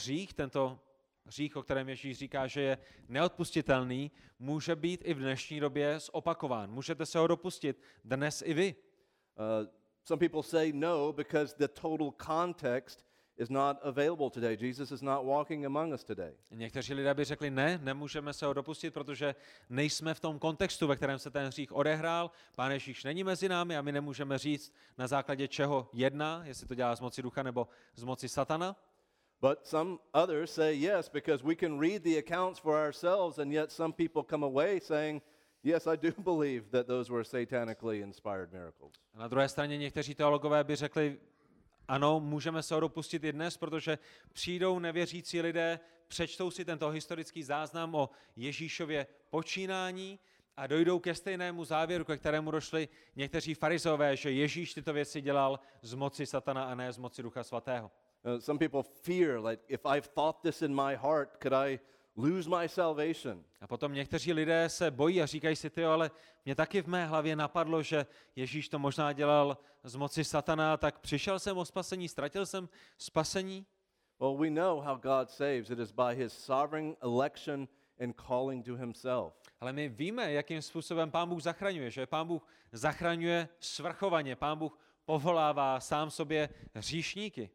hřích, o kterém Ježíš říká, že je neodpustitelný, může být i v dnešní době zopakován. Můžete se ho dopustit dnes i vy. Some people say no because the total context is not available today. Jesus is not walking among us today. Někteří lidé by řekli ne, nemůžeme se ho dopustit, protože nejsme v tom kontextu, ve kterém se ten hřích odehrál. Pán Ježíš není mezi námi a my nemůžeme říct, na základě čeho jedná, jestli to dělá z moci ducha nebo z moci satana. But some others say yes because we can read the accounts for ourselves, and yet some people come away saying, yes, I do believe that those were satanically inspired miracles. A na druhé straně někteří teologové by řekli, ano, můžeme se ho dopustit i dnes, protože přijdou nevěřící lidé, přečtou si tento historický záznam o Ježíšově počínání a dojdou ke stejnému závěru, ke kterému došli někteří farizové, že Ježíš tyto věci dělal z moci satana a ne z moci Ducha Svatého. Some people fear, like, if I've thought this in my heart, could I lose my salvation? A potom někteří lidé se bojí a říkají si, tyjo, ale mě taky v mé hlavě napadlo, že Ježíš to možná dělal z moci satana, tak přišel jsem o spasení, ztratil jsem spasení. Well, we know how God saves. It is by his sovereign election and calling to himself. Ale my víme, jakým způsobem Pán Bůh zachraňuje, že Pán Bůh zachraňuje svrchovaně, Pán Bůh povolává sám sobě hříšníky.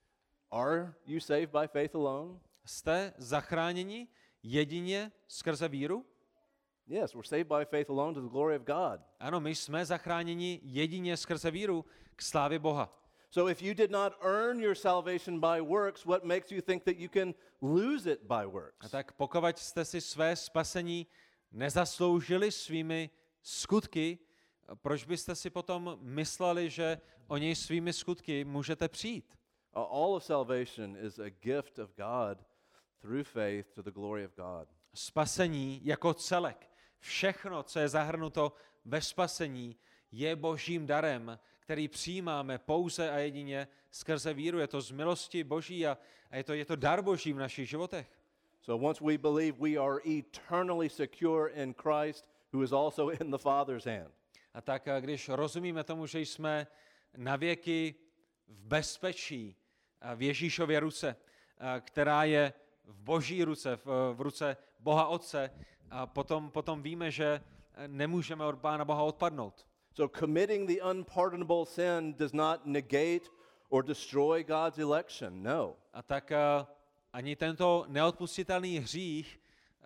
Are you saved by faith alone? Jste zachráněni jedině skrze víru? Yes, we're saved by faith alone to the glory of God. Ano, my jsme zachráněni jedině skrze víru k slávě Boha. So if you did not earn your salvation by works, what makes you think that you can lose it by A works? tak pokud jste si své spasení nezasloužili svými skutky, proč byste si potom mysleli, že o něj svými skutky můžete přijít? All of salvation is a gift of God through faith to the glory of God. Spasení jako celek, všechno, co je zahrnuto ve spasení, je Božím darem, který přijímáme pouze a jedině skrze víru. Je to z milosti Boží a je to dar Boží v našich životech. So once we believe, we are eternally secure in Christ, who is also in the Father's hand. A tak když rozumíme tomu, že jsme navěky v bezpečí v Ježíšově ruce, která je v Boží ruce, v ruce Boha Otce, a potom víme, že nemůžeme od Pána Boha odpadnout. So committing the unpardonable sin does not negate or destroy God's election. No. A tak ani tento neodpustitelný hřích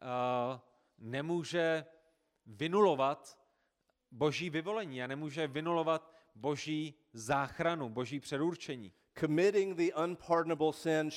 nemůže vynulovat Boží vyvolení a nemůže vynulovat Boží záchranu, Boží předurčení. Committing the unpardonable sin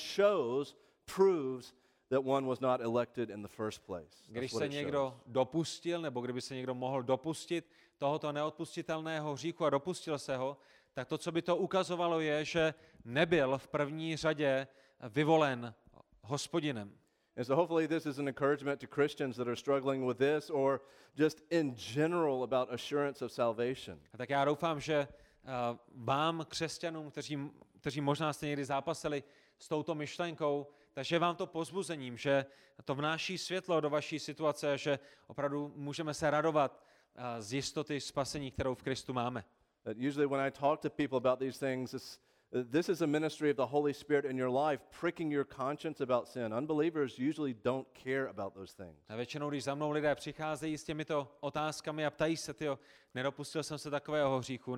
proves that one was not elected in the first place. Když se někdo dopustil, nebo kdyby se někdo mohl dopustit tohoto neodpustitelného hříchu a dopustil se ho, tak to, co by to ukazovalo, je, že nebyl v první řadě vyvolen Hospodinem. And so hopefully this is an encouragement to Christians that are struggling with this or just in general about assurance of salvation. A tak já doufám, že vám, křesťanům, kteří možná jste někdy zápasili s touto myšlenkou, takže vám to povzbuzením, že to vnáší světlo do vaší situace, že opravdu můžeme se radovat z jistoty spasení, kterou v Kristu máme. That usually when I talk to people about these things, this is a ministry of the Holy Spirit in your life, pricking your conscience about sin. Unbelievers usually don't care about those things. A většinou, když za mnou lidé přicházejí s těmito otázkami a ptají se, nedopustil jsem se takového hříchu,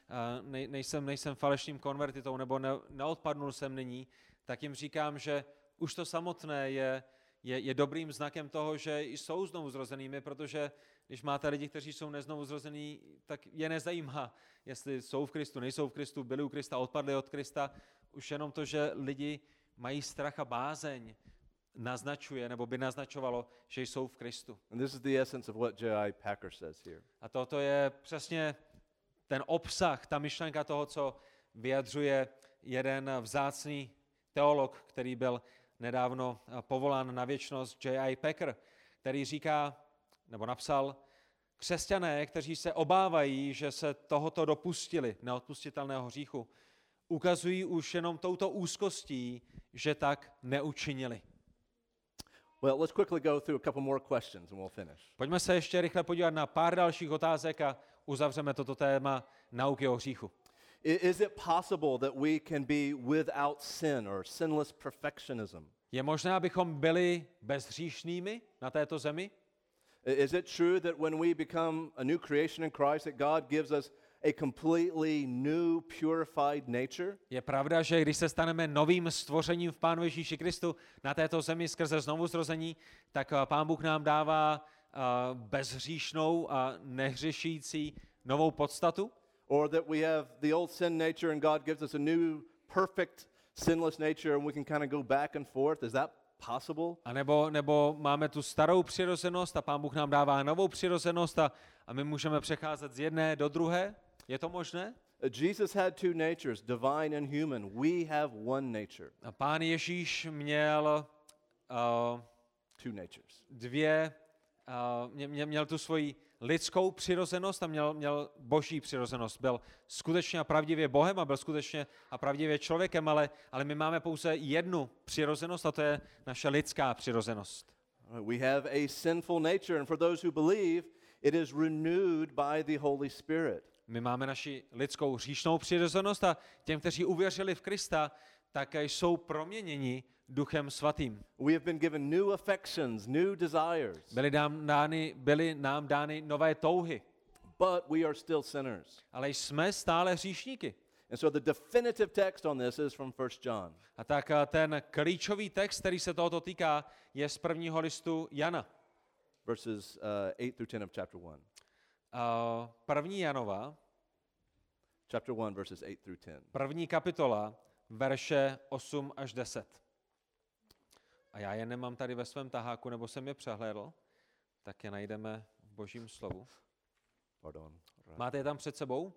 nejsem falešným konvertitou, nebo neodpadnul jsem nyní, tak jim říkám, že už to samotné je dobrým znakem toho, že jsou znovuzrozenými, protože když máte lidi, kteří jsou neznovuzrození, tak je nezajímá, jestli jsou v Kristu, nejsou v Kristu, byli u Krista, odpadli od Krista. Už jenom to, že lidi mají strach a bázeň, naznačuje, nebo by naznačovalo, že jsou v Kristu. And this is the essence of what J.I. Packer says here. A toto je přesně ten obsah, ta myšlenka toho, co vyjadřuje jeden vzácný teolog, který byl nedávno povolán na věčnost, J.I. Packer, který říká, nebo napsal, křesťané, kteří se obávají, že se tohoto dopustili, neodpustitelného hříchu, ukazují už jenom touto úzkostí, že tak neučinili. Well, let's quickly go through a couple more questions and we'll finish. Pojďme se ještě rychle podívat na pár dalších otázek a uzavřeme toto téma nauky o hříchu. Is it possible that we can be without sin or sinless perfectionism? Je možné, abychom byli bezhříšnými na této zemi? Is it true that when we become a new creation in Christ, that God gives us a completely new, purified nature? Je pravda, že když se staneme novým stvořením v Pánu Ježíši Kristu na této zemi skrze znovuzrození, tak Pán Bůh nám dává bezhříšnou a nehřešící novou podstatu? Or that we have the old sin nature and God gives us a new, perfect, sinless nature and we can kind of go back and forth? Is that possible? A nebo máme tu starou přirozenost a Pán Bůh nám dává novou přirozenost a my můžeme přecházet z jedné do druhé? Je to možné? Jesus had two natures, divine and human. We have one nature. A Pán Ježíš měl Two natures. měl tu svoji lidskou přirozenost a měl boží přirozenost. Byl skutečně a pravdivě Bohem a byl skutečně a pravdivě člověkem, ale my máme pouze jednu přirozenost a to je naše lidská přirozenost. We have a sinful nature and for those who believe, it is renewed by the Holy Spirit. My máme naši lidskou hříšnou přirozenost a těm, kteří uvěřili v Krista, tak jsou proměněni Duchem Svatým. We have been given new affections, new desires. Byly nám dány nové touhy, But we are still sinners. ale jsme stále hříšníky. And so the definitive text on this is from 1 John. A tak ten klíčový text, který se tohoto týká, je z prvního listu Jana. Verses 8 through 10 of chapter 1. První Janova, Chapter 1, verses 8 through 10. první kapitola, verše 8 až 10. A já je nemám tady ve svém taháku, nebo jsem je přehlédl, tak je najdeme v Božím slovu. Pardon. Máte je tam před sebou?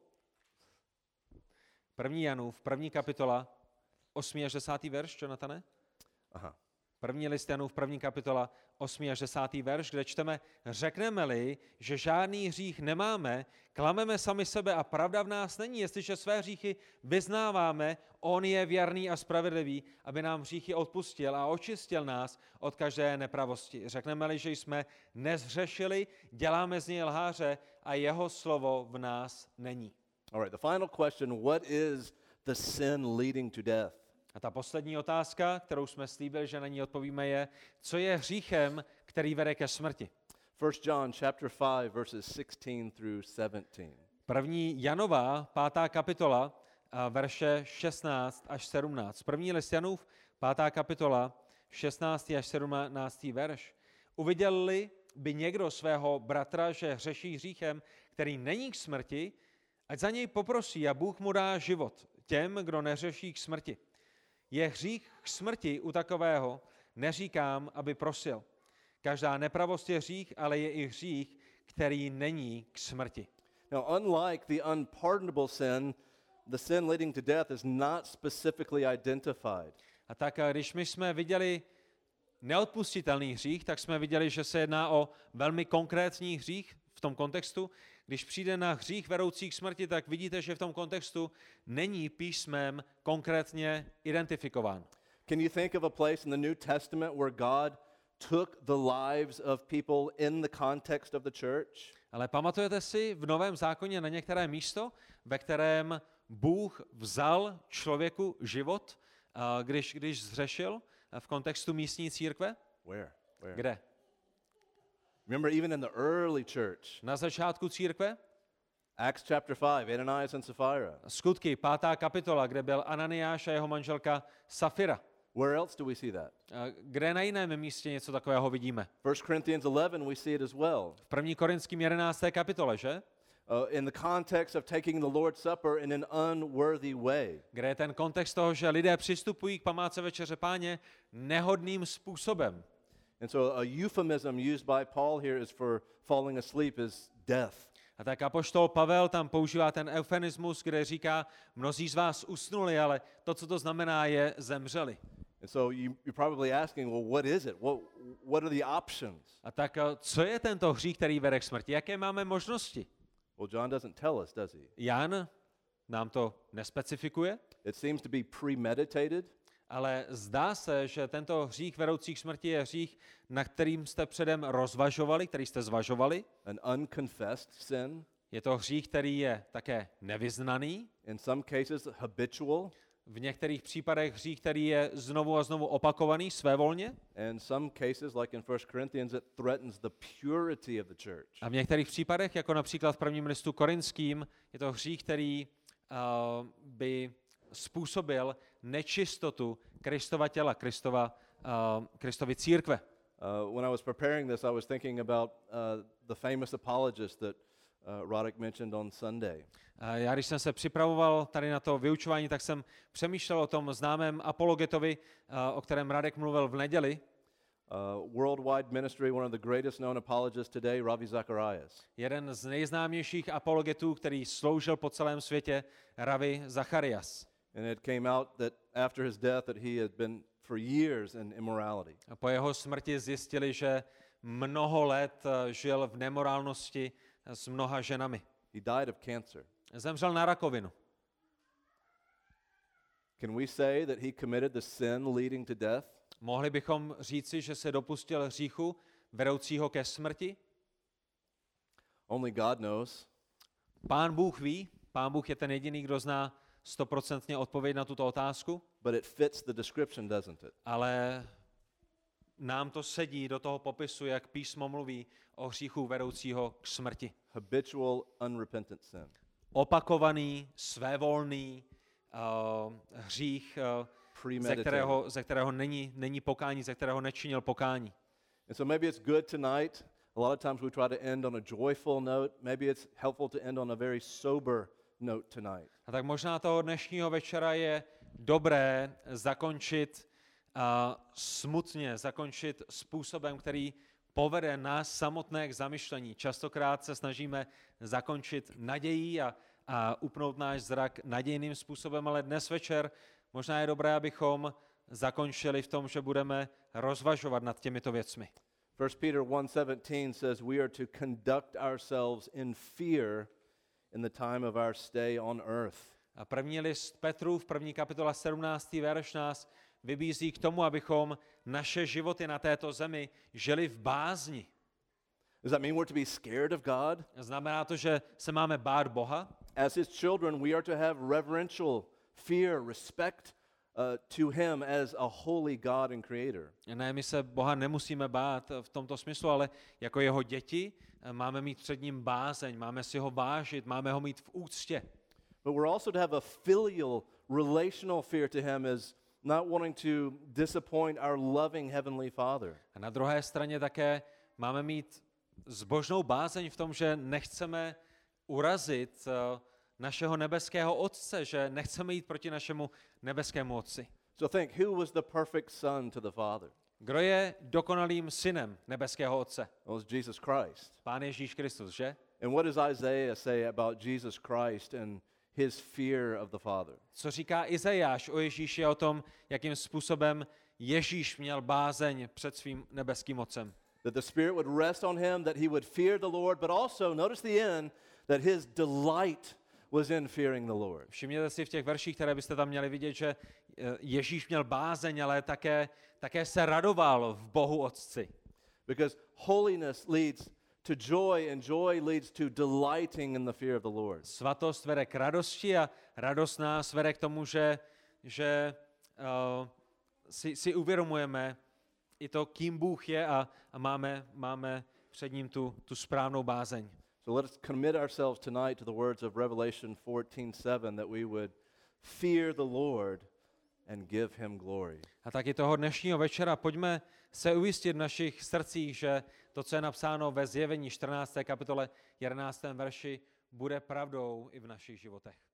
První Janův, první kapitola, 8. až 10. verš, Jonathane? Aha. První list Janův, 1. kapitola, 8. až 10. verš, kde čteme: Řekneme-li, že žádný hřích nemáme, klameme sami sebe a pravda v nás není. Jestliže své hříchy vyznáváme, on je věrný a spravedlivý, aby nám hříchy odpustil a očistil nás od každé nepravosti. Řekneme-li, že jsme nezhřešili, děláme z něj lháře a jeho slovo v nás není. All right, the final question, what is the sin leading to death? A ta poslední otázka, kterou jsme slíbili, že na ní odpovíme, je, co je hříchem, který vede ke smrti. 1 John chapter 5 verses 16 through 17. První Janova, 5. kapitola, a verše 16 až 17. První list Janův, 5. kapitola, 16. až 17. verš. Uviděl-li by někdo svého bratra, že hřeší hříchem, který není k smrti, ať za něj poprosí a Bůh mu dá život těm, kdo neřeší k smrti. Je hřích k smrti u takového, neříkám, aby prosil. Každá nepravost je hřích, ale je i hřích, který není k smrti. Now, unlike the unpardonable sin, the sin leading to death is not specifically identified. A tak, když my jsme viděli neodpustitelný hřích, tak jsme viděli, že se jedná o velmi konkrétní hřích v tom kontextu. Když přijde na hřích vedoucí k smrti, tak vidíte, že v tom kontextu není písmem konkrétně identifikován. Can you think of a place in the New Testament where God took the lives of people in the context of the church? Ale pamatujete si v Novém zákoně na některé místo, ve kterém Bůh vzal člověku život, když zřešil v kontextu místní církve? Where? Kde? Remember, even in the early church, Na začátku církve? Acts chapter 5, Ananias and Sapphira. Skutky, 5. kapitola, kde byl Ananiáš a jeho manželka Safira. Where else do we see that? Kde na jiném místě něco takového vidíme? 1 Corinthians 11, we see it as well. V 1. Korinským 11. kapitole, že? In the context of taking the Lord's Supper in an unworthy way. Kde je ten kontext toho, že lidé přistupují k památce večeře Páně nehodným způsobem. And so a euphemism used by Paul here is for falling asleep is death. A tak apoštol Pavel tam používá ten eufemismus, kde říká, mnozí z vás usnuli, ale to, co to znamená, je zemřeli. And so you're probably asking, well, what is it? What are the options? A tak co je tento hřích, který vede k smrti? Jaké máme možnosti? Well, John doesn't tell us, does he? Jan nám to nespecifikuje, It seems to be premeditated. ale zdá se, že tento hřích vedoucí k smrti je hřích, na kterým jste předem rozvažovali, který jste zvažovali. An unconfessed sin. Je to hřích, který je také nevyznaný. In some cases, habitual. V některých případech hřích, který je znovu a znovu opakovaný svévolně. And some cases, like in 1 Corinthians, it threatens the purity of the church. A v některých případech, jako například v prvním listu Korinským, je to hřích, který by způsobil nečistotu Kristova těla, Kristovy církve. When I was preparing this, I was thinking about the famous apologist that Roddick mentioned on Sunday. Já, když jsem se připravoval tady na to vyučování, tak jsem přemýšlel o tom známém apologetovi, o kterém Radek mluvil v neděli. Worldwide ministry, one of the greatest known apologists today, Ravi Zacharias. Jeden z nejznámějších apologetů, který sloužil po celém světě, Ravi Zacharias. And it came out that after his death that he had been for years in immorality. A po jeho smrti zjistili, že mnoho let žil v nemorálnosti s mnoha ženami. He died of cancer. Zemřel na rakovinu. Can we say that he committed the sin leading to death? Mohli bychom říci, že se dopustil hříchu vedoucího ke smrti? Only God knows. Pán Bůh ví, Pán Bůh je ten jediný, kdo zná 100% odpověď na tuto otázku, But it fits the description, doesn't it? ale nám to sedí do toho popisu, jak písmo mluví o hříchu vedoucího k smrti. Habitual, unrepentant sin. Opakovaný, svévolný hřích, ze kterého není pokání, ze kterého nečinil pokání. And so maybe it's good tonight. A lot of times we try to end on a joyful note. Maybe it's helpful to end on a very sober note tonight. A tak možná toho dnešního večera je dobré zakončit smutně, zakončit způsobem, který povede nás samotné k zamyšlení. Častokrát se snažíme zakončit nadějí a upnout náš zrak nadějným způsobem, ale dnes večer možná je dobré, abychom zakončili v tom, že budeme rozvažovat nad těmito věcmi. 1 Peter 1:17 says we are to conduct ourselves in fear in the time of our stay on earth. A první list Petrův, 1. kapitola 17. verš nás vybízí k tomu, abychom naše životy na této zemi žili v bázni. Does that mean we're to be scared of God? Znamená to, že se máme bát Boha? As his children, we are to have reverential fear, respect to him as a holy God and creator. Ne, my se Boha nemusíme bát v tomto smyslu, ale jako jeho děti máme mít před ním bázeň, máme si ho vážit, máme ho mít v úctě. But we're also to have a filial, relational fear to him as not wanting to disappoint our loving heavenly Father. A na druhé straně také máme mít zbožnou bázeň v tom, že nechceme urazit našeho nebeského Otce, že nechceme jít proti našemu nebeskému Otci. So think, who was the perfect son to the Father? Kdo je dokonalým synem nebeského Otce? It was Jesus Christ. Pán Ježíš Kristus, že? And what does Isaiah say about Jesus Christ and his fear of the Father? Co říká Izajáš o Ježíši a o tom, jakým způsobem Ježíš měl bázeň před svým nebeským Otcem? That the Spirit would rest on him, that he would fear the Lord, but also, notice the end, that his delight was in fearing the Lord. Všimněte si v těch verších, které byste tam měli vidět, že Ježíš měl bázeň, ale také se radoval v Bohu Otci. Because holiness leads to joy and joy leads to delighting in the fear of the Lord. Svatost vede k radosti a radost nás vede k tomu, že si uvědomujeme i to, kým Bůh je a máme před ním tu správnou bázeň. So let us commit ourselves tonight to the words of Revelation 14:7 that we would fear the Lord and give him glory. A taky toho dnešního večera pojďme se ujistit v našich srdcích, že to, co je napsáno ve Zjevení 14. kapitole 11. verši, bude pravdou i v našich životech.